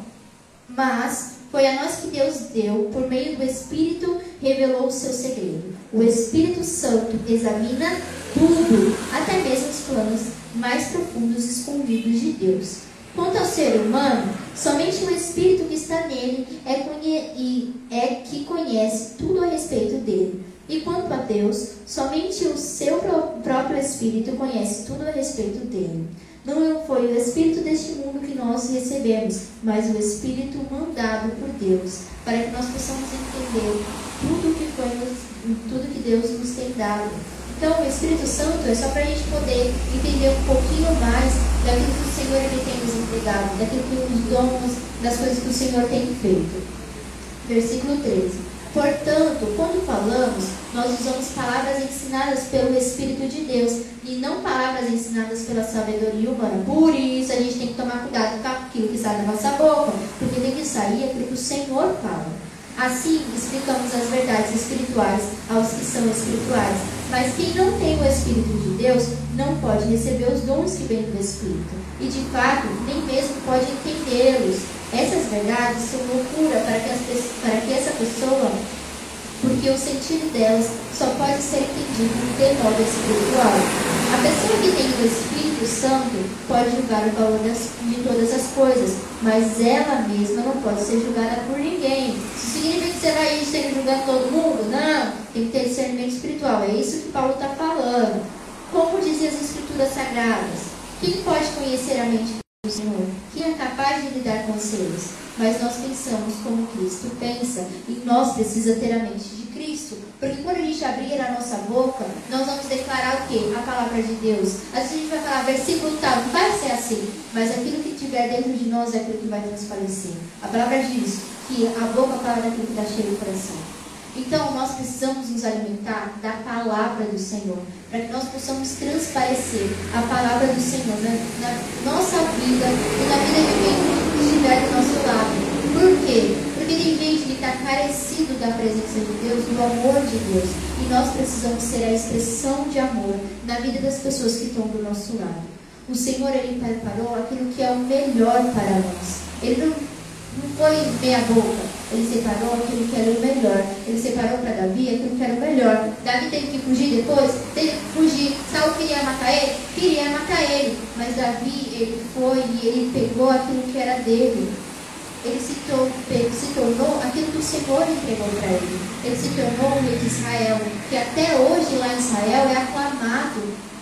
Mas foi a nós que Deus deu, por meio do Espírito, revelou o seu segredo. O Espírito Santo examina tudo, até mesmo os planos mais profundos e escondidos de Deus. Quanto ao ser humano, somente o Espírito que está nele é, conhe- e é que conhece tudo a respeito dele. E quanto a Deus, somente o seu pró- próprio Espírito conhece tudo a respeito dele. Não foi o Espírito deste mundo que nós recebemos, mas o Espírito mandado por Deus, para que nós possamos entender tudo que, foi nos, tudo que Deus nos tem dado. Então, o Espírito Santo é só para a gente poder entender um pouquinho mais daquilo que o Senhor ele tem nos entregado, daquilo que os dons, das coisas que o Senhor tem feito. Versículo treze. Portanto, quando falamos, nós usamos palavras ensinadas pelo Espírito de Deus e não palavras ensinadas pela sabedoria humana. Por isso, a gente tem que tomar cuidado com aquilo que sai da nossa boca, porque tem que sair aquilo que o Senhor fala. Assim, explicamos as verdades espirituais aos que são espirituais. Mas quem não tem o Espírito de Deus não pode receber os dons que vêm do Espírito. E, de fato, nem mesmo pode entendê-los. Essas verdades são loucura para que, as, para que essa pessoa, porque o sentido delas só pode ser entendido de modo espiritual. A pessoa que tem o Espírito Santo pode julgar o valor das, de todas as coisas, mas ela mesma não pode ser julgada por ninguém. Isso significa que você vai ser julgando todo mundo? Não, tem que ter discernimento espiritual. É isso que Paulo está falando. Como dizem as Escrituras Sagradas, quem pode conhecer a mente do Senhor? Quem é capaz de lhe dar conselhos? Mas nós pensamos como Cristo pensa, e nós precisamos ter a mente de Cristo, porque quando a gente abrir a nossa boca, nós vamos declarar o quê? A palavra de Deus. Às vezes a gente vai falar versículo tal, não vai ser assim, mas aquilo que tiver dentro de nós é aquilo que vai transparecer. A palavra diz que a boca fala daquilo que está cheio do coração. Então, nós precisamos nos alimentar da palavra do Senhor, para que nós possamos transparecer a palavra do Senhor na, na nossa vida e na vida de quem estiver do nosso lado. Por quê? Porque tem gente que está carecido da presença de Deus, do amor de Deus, e nós precisamos ser a expressão de amor na vida das pessoas que estão do nosso lado. O Senhor, Ele preparou aquilo que é o melhor para nós. Ele não, não foi meia boca. Ele separou aquilo que era o melhor. Ele separou para Davi aquilo que era o melhor. Davi teve que fugir depois? Teve que fugir. Saul queria matar ele? Queria matar ele. Mas Davi, ele foi e ele pegou aquilo que era dele. Ele se, tor se tornou aquilo que o Senhor entregou para ele. Ele se tornou o rei de Israel, que até hoje lá em Israel é aclamado.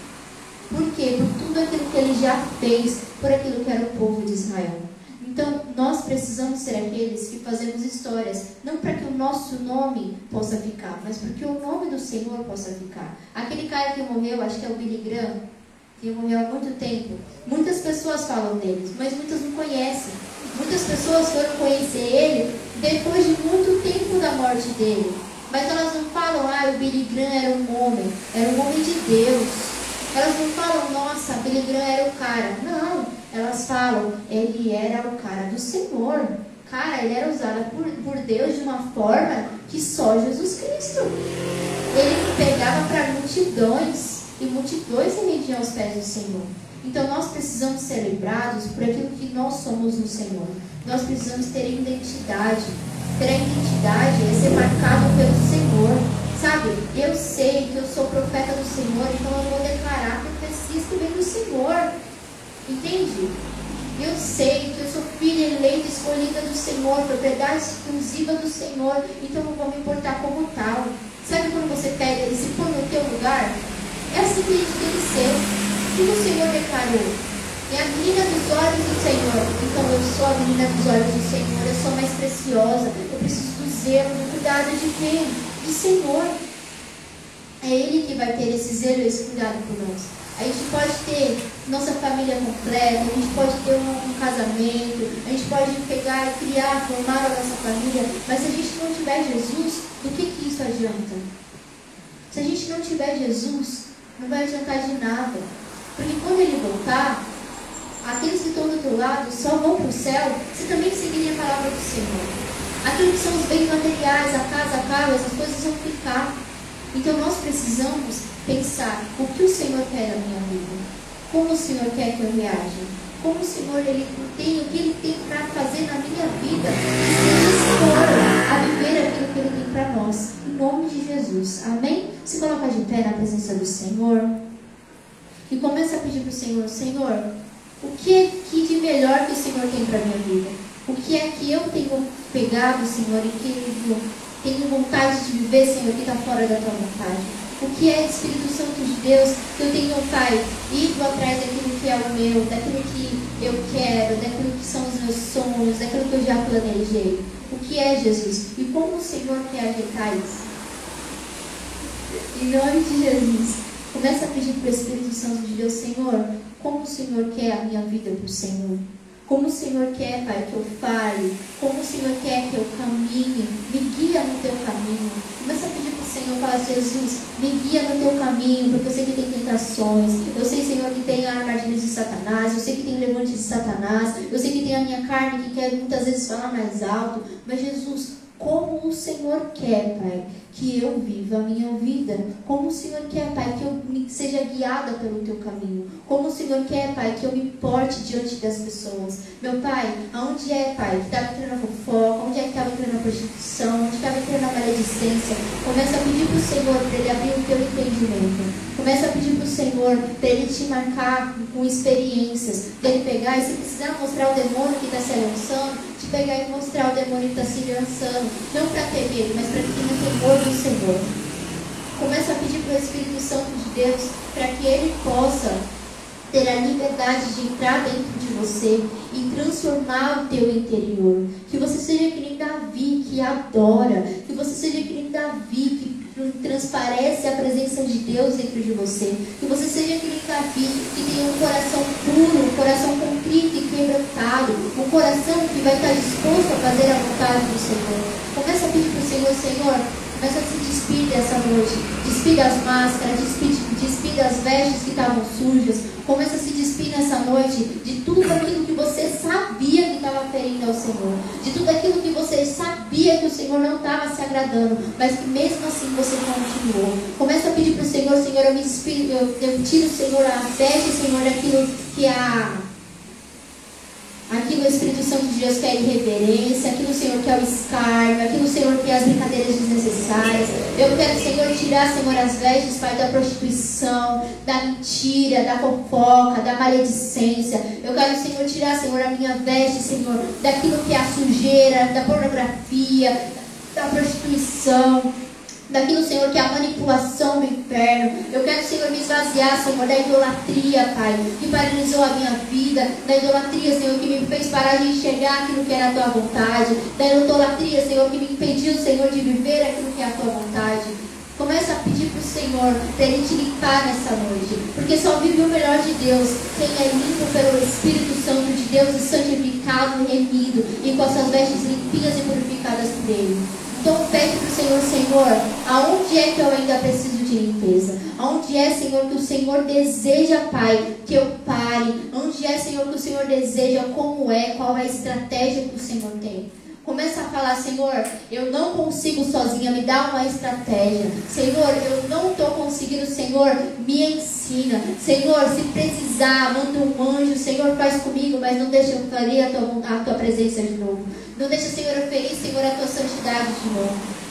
Por quê? Por tudo aquilo que ele já fez, por aquilo que era o povo de Israel. Então, nós precisamos ser aqueles que fazemos histórias, não para que o nosso nome possa ficar, mas para que o nome do Senhor possa ficar. Aquele cara que morreu, acho que é o Billy Graham, que morreu há muito tempo. Muitas pessoas falam deles, mas muitas não conhecem. Muitas pessoas foram conhecer ele depois de muito tempo da morte dele. Mas elas não falam, ah, o Billy Graham era um homem, era um homem de Deus. Elas não falam, nossa, Billy Graham era o cara. Não, elas falam, ele era o cara do Senhor. Cara, ele era usado por, por Deus de uma forma que só Jesus Cristo. Ele pegava para multidões, e multidões se rendiam aos pés do Senhor. Então nós precisamos ser lembrados por aquilo que nós somos no Senhor. Nós precisamos ter identidade. Ter a identidade é ser marcado pelo Senhor. Sabe, eu sei que eu sou profeta do Senhor, então eu vou declarar profecias que vêm do Senhor. Entende? Eu sei que eu sou filha eleita, escolhida do Senhor, propriedade exclusiva do Senhor, então eu vou me importar como tal. Sabe quando você pega e se põe no teu lugar? É assim que a gente tem que ser. O que o Senhor declarou? É a menina dos olhos do Senhor. Então eu sou a menina dos olhos do Senhor, eu sou mais preciosa, eu preciso do zelo, do cuidado de quem? Do Senhor. É Ele que vai ter esse zelo e esse cuidado por nós. A gente pode ter nossa família completa, a gente pode ter um, um casamento, a gente pode pegar e criar, formar a nossa família, mas se a gente não tiver Jesus, do que, que isso adianta? Se a gente não tiver Jesus, não vai adiantar de nada. Porque quando Ele voltar, aqueles que estão do outro lado só vão para o céu se também seguirem a palavra do Senhor. Aquilo que são os bens materiais, a casa, a carro, essas coisas vão ficar. Então nós precisamos pensar o que o Senhor quer da minha vida, como o Senhor quer que eu reaja, como o Senhor ele tem, o que Ele tem para fazer na minha vida, e se dispor a viver aquilo que Ele tem para nós, em nome de Jesus, amém? Se coloca de pé na presença do Senhor e começa a pedir para o Senhor: Senhor, o que é que de melhor que o Senhor tem para a minha vida? O que é que eu tenho pegado, Senhor, e que eu tenho vontade de viver, Senhor, que está fora da Tua vontade? O que é, Espírito Santo de Deus, que eu tenho, Pai, ido atrás daquilo que é o meu, daquilo que eu quero, daquilo que são os meus sonhos, daquilo que eu já planejei? O que é, Jesus? E como o Senhor quer ajeitar isso? Em nome de Jesus, começa a pedir para o Espírito Santo de Deus: Senhor, como o Senhor quer a minha vida para o Senhor? Como o Senhor quer, Pai, que eu fale? Como o Senhor quer que eu caminhe? Me guia no Teu caminho. Começa a pedir para o Senhor, fala: Jesus, me guia no Teu caminho, porque eu sei que tem tentações. Eu sei, Senhor, que tem armadilhas de Satanás. Eu sei que tem levantes de Satanás. Eu sei que tem a minha carne que quer muitas vezes falar mais alto. Mas, Jesus, como o Senhor quer, Pai, que eu viva a minha vida? Como o Senhor quer, Pai, que eu seja guiada pelo Teu caminho? Como o Senhor quer, Pai, que eu me porte diante das pessoas? Meu Pai, aonde é, Pai, que estava entrando a fofoca? Onde é que estava entrando a prostituição? Onde estava entrando a maledicência? Começa a pedir para o Senhor para Ele abrir o Teu entendimento. Começa a pedir para o Senhor para Ele te marcar com experiências, para Ele pegar, e se precisar mostrar o demônio que está se lançando, te pegar e mostrar o demônio que está se lançando, não para ter medo, mas para que tenha temor do Senhor. Começa a pedir para o Espírito Santo de Deus para que Ele possa ter a liberdade de entrar dentro de você e transformar o teu interior. Que você seja que nem Davi, que adora. Que você seja que nem Davi, que transparece a presença de Deus dentro de você. Que você seja que nem Davi, que tenha um coração puro, um coração contrito e quebrantado, um coração que vai estar disposto a fazer a vontade do Senhor. Começa a pedir para o Senhor: Senhor, começa a se despir dessa noite. Despir das máscaras, despir, despir das vestes que estavam sujas. Começa a se despir nessa noite de tudo aquilo que você sabia que estava ferindo ao Senhor. De tudo aquilo que você sabia que o Senhor não estava se agradando, mas que mesmo assim você continuou. Começa a pedir para o Senhor: Senhor, eu me despiro, eu, eu tiro, Senhor, a veste, Senhor, daquilo que a... Aquilo o Espírito Santo de Deus quer irreverência, aquilo o Senhor quer o escárnio, aquilo o Senhor quer as brincadeiras desnecessárias. Eu quero, Senhor, tirar, Senhor, as vestes, Pai, da prostituição, da mentira, da fofoca, da maledicência. Eu quero, Senhor, tirar, Senhor, a minha veste, Senhor, daquilo que é a sujeira, da pornografia, da prostituição, daquilo, Senhor, que é a manipulação do inferno. Eu quero, Senhor, me esvaziar, Senhor, da idolatria, Pai, que paralisou a minha vida, da idolatria, Senhor, que me fez parar de enxergar aquilo que era a Tua vontade, da idolatria, Senhor, que me impediu, Senhor, de viver aquilo que é a Tua vontade. Começa a pedir para o Senhor para Ele te limpar nessa noite, porque só vive o melhor de Deus quem é limpo pelo Espírito Santo de Deus e santificado, remido e com as suas vestes limpinhas e purificadas por Ele. Então pede para o Senhor: Senhor, aonde é que eu ainda preciso de limpeza? Aonde é, Senhor, que o Senhor deseja, Pai, que eu pare? Onde é, Senhor, que o Senhor deseja, como é, qual é a estratégia que o Senhor tem? Começa a falar: Senhor, eu não consigo sozinha, me dá uma estratégia. Senhor, eu não estou conseguindo, Senhor, me ensina. Senhor, se precisar, manda um anjo, Senhor, faz comigo, mas não deixa eu ferir a tua, a tua presença de novo. Não deixa, Senhor, eu ferir, Senhor, a tua santidade de novo.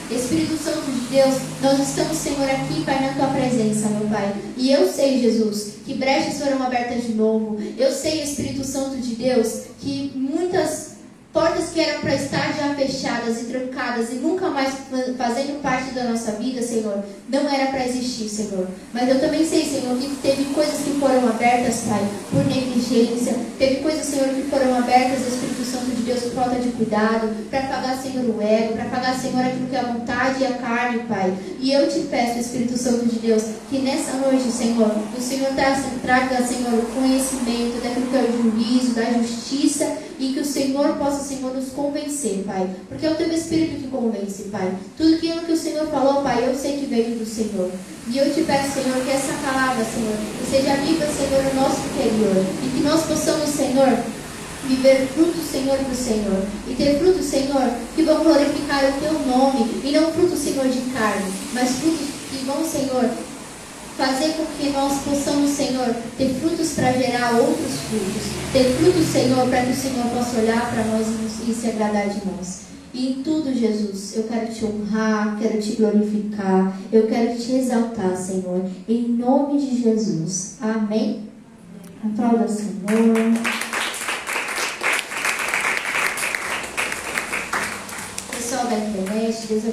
Espírito Santo de Deus, nós estamos, Senhor, aqui, Pai, na Tua presença, meu Pai. E eu sei, Jesus, que brechas foram abertas de novo. Eu sei, Espírito Santo de Deus, que muitas portas que eram para estar já fechadas e trancadas e nunca mais fazendo parte da nossa vida, Senhor, não era para existir, Senhor. Mas eu também sei, Senhor, que teve coisas que foram abertas, Pai, por negligência. Teve coisas, Senhor, que foram abertas, Espírito Santo de Deus, por falta de cuidado, para pagar, Senhor, o ego, para pagar, Senhor, aquilo que é a vontade e a carne, Pai. E eu te peço, Espírito Santo de Deus, que nessa noite, Senhor, o Senhor traga, Senhor, o conhecimento daquilo que é o juízo, da justiça, e que o Senhor possa, Senhor, nos convencer, Pai. Porque é o Teu Espírito que convence, Pai. Tudo aquilo que o Senhor falou, Pai, eu sei que veio do Senhor. E eu te peço, Senhor, que essa palavra, Senhor, que seja viva, Senhor, no nosso interior. E que nós possamos, Senhor, viver frutos, Senhor, do Senhor. E ter frutos, Senhor, que vão glorificar o Teu nome. E não frutos, Senhor, de carne, mas frutos que vão, Senhor, fazer com que nós possamos, Senhor, ter frutos para gerar outros frutos. Ter frutos, Senhor, para que o Senhor possa olhar para nós e, e se agradar de nós. E em tudo, Jesus, eu quero te honrar, quero te glorificar, eu quero te exaltar, Senhor. Em nome de Jesus. Amém? Aplauda, Senhor.